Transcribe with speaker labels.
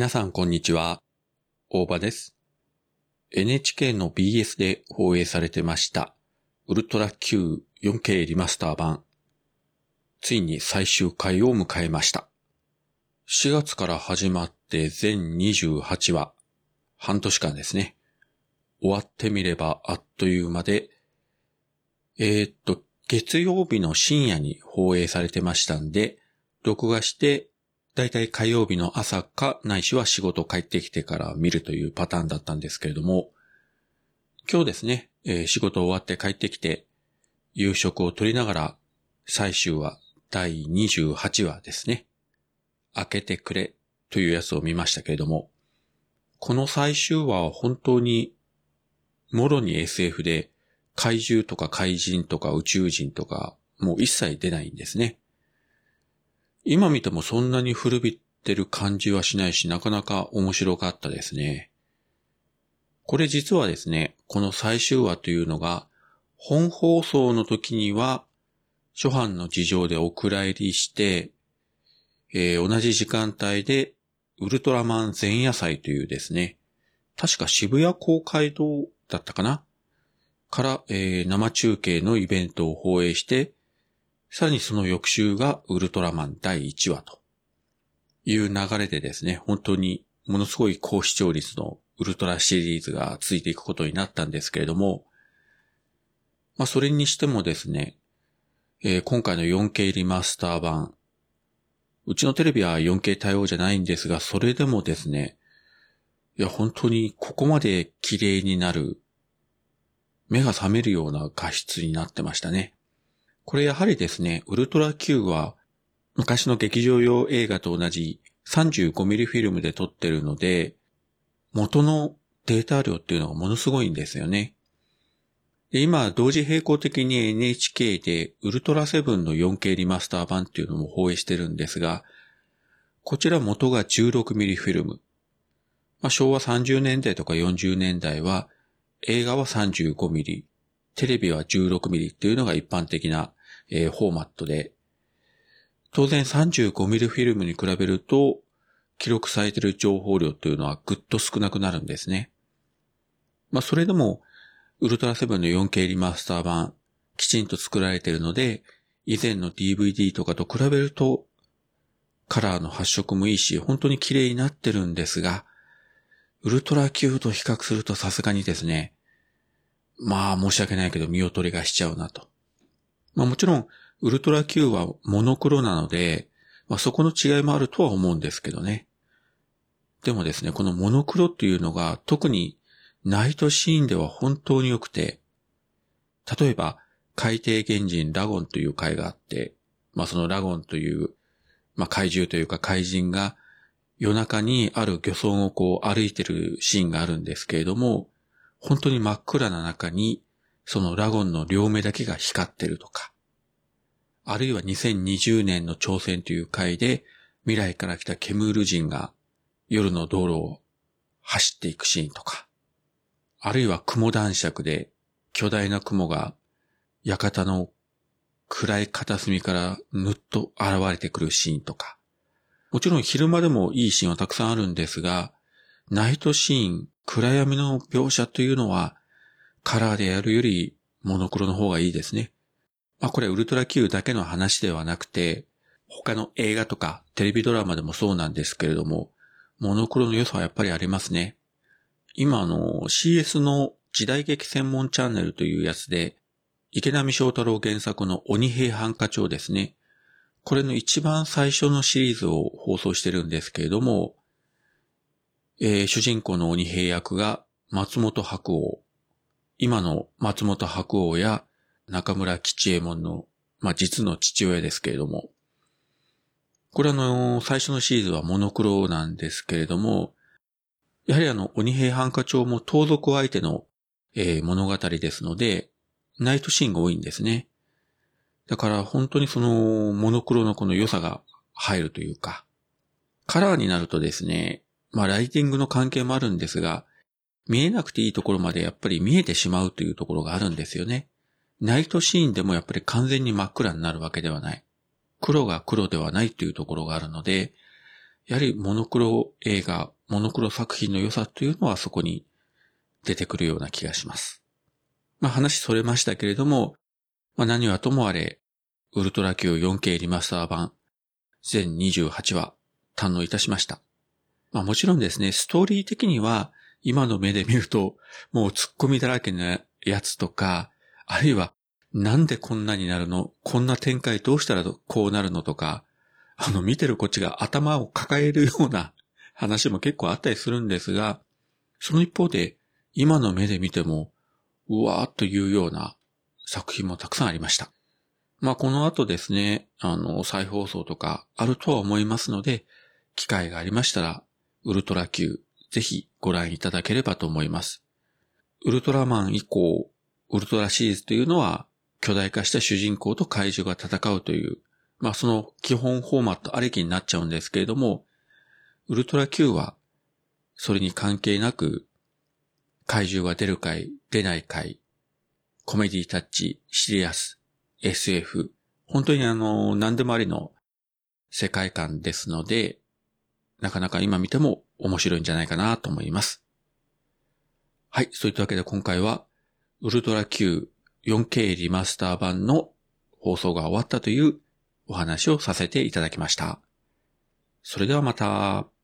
Speaker 1: 皆さんこんにちは。大場です。NHK の BS で放映されてましたウルトラ Q 4K リマスター版。ついに最終回を迎えました。4月から始まって全28話。半年間ですね。終わってみればあっという間で、月曜日の深夜に放映されてましたんで、録画してだいたい火曜日の朝かないしは仕事帰ってきてから見るというパターンだったんですけれども、今日ですね、仕事終わって帰ってきて夕食をとりながら最終話第28話ですね。開けてくれというやつを見ましたけれども、この最終話は本当にもろに SF で怪獣とか怪人とか宇宙人とかもう一切出ないんですね。今見てもそんなに古びってる感じはしないし、なかなか面白かったですね。これ実はですね、この最終話というのが、本放送の時には、初版の事情でお蔵入りして、同じ時間帯で、ウルトラマン前夜祭というですね、確か渋谷公会堂だったかなから、生中継のイベントを放映して、さらにその翌週がウルトラマン第1話という流れでですね、本当にものすごい高視聴率のウルトラシリーズがついていくことになったんですけれども、それにしてもですね、今回の 4K リマスター版、うちのテレビは 4K 対応じゃないんですが、それでもですね、本当にここまで綺麗になる、目が覚めるような画質になってましたね。これやはりですね、ウルトラ Q は昔の劇場用映画と同じ 35mm フィルムで撮ってるので、元のデータ量っていうのがものすごいんですよね。で今、同時並行的に NHK でウルトラセブンの 4K リマスター版っていうのも放映してるんですが、こちら元が 16mm フィルム。昭和30年代とか40年代は映画は 35mm、テレビは 16mm っていうのが一般的な、フォーマットで、当然 35mm フィルムに比べると記録されている情報量というのはぐっと少なくなるんですね。それでもウルトラセブンの 4K リマスター版きちんと作られているので、以前の DVD とかと比べるとカラーの発色もいいし本当に綺麗になってるんですが、ウルトラ Q と比較するとさすがにですね、申し訳ないけど見劣りがしちゃうなと。もちろんウルトラ Q はモノクロなので、そこの違いもあるとは思うんですけどね。でもですね、このモノクロっていうのが特にナイトシーンでは本当に良くて、例えば海底原人ラゴンという回があって、そのラゴンという、怪獣というか怪人が夜中にある漁村を歩いてるシーンがあるんですけれども、本当に真っ暗な中にそのラゴンの両目だけが光ってるとか、あるいは2020年の挑戦という回で未来から来たケムール人が夜の道路を走っていくシーンとか、あるいは雲男爵で巨大な雲が館の暗い片隅からぬっと現れてくるシーンとか、もちろん昼間でもいいシーンはたくさんあるんですが、ナイトシーン、暗闇の描写というのはカラーでやるよりモノクロの方がいいですね。これウルトラ Q だけの話ではなくて、他の映画とかテレビドラマでもそうなんですけれども、モノクロの良さはやっぱりありますね。今CS の時代劇専門チャンネルというやつで、池波正太郎原作の鬼平犯科帳ですね。これの一番最初のシリーズを放送してるんですけれども、主人公の鬼平役が松本白鸚。今の松本白鸚や中村吉右衛門の、実の父親ですけれども、これ最初のシリーズはモノクロなんですけれども、やはり鬼平犯科帳も盗賊相手の、物語ですので、ナイトシーンが多いんですね。だから本当にそのモノクロのこの良さが入るというか、カラーになるとですね、ライティングの関係もあるんですが、見えなくていいところまでやっぱり見えてしまうというところがあるんですよね。ナイトシーンでもやっぱり完全に真っ暗になるわけではない。黒が黒ではないというところがあるので、 やはりモノクロ映画、モノクロ作品の良さというのはそこに出てくるような気がします。話それましたけれども、何はともあれ、ウルトラ Q 4K リマスター版全28話堪能いたしました。もちろんですね、ストーリー的には今の目で見るともう突っ込みだらけなやつとか、あるいはなんでこんなになるの？こんな展開どうしたらこうなるのとか、見てるこっちが頭を抱えるような話も結構あったりするんですが、その一方で今の目で見てもうわーっというような作品もたくさんありました。この後ですね、再放送とかあるとは思いますので、機会がありましたら、ウルトラ Q、ぜひご覧いただければと思います。ウルトラマン以降、ウルトラシリーズというのは、巨大化した主人公と怪獣が戦うという、その基本フォーマットありきになっちゃうんですけれども、ウルトラ Q は、それに関係なく、怪獣が出る回、出ない回、コメディタッチ、シリアス、SF、本当に何でもありの世界観ですので、なかなか今見ても面白いんじゃないかなと思います。はい、そういったわけで今回は、ウルトラ Q 4K リマスター版の放送が終わったというお話をさせていただきました。それではまた。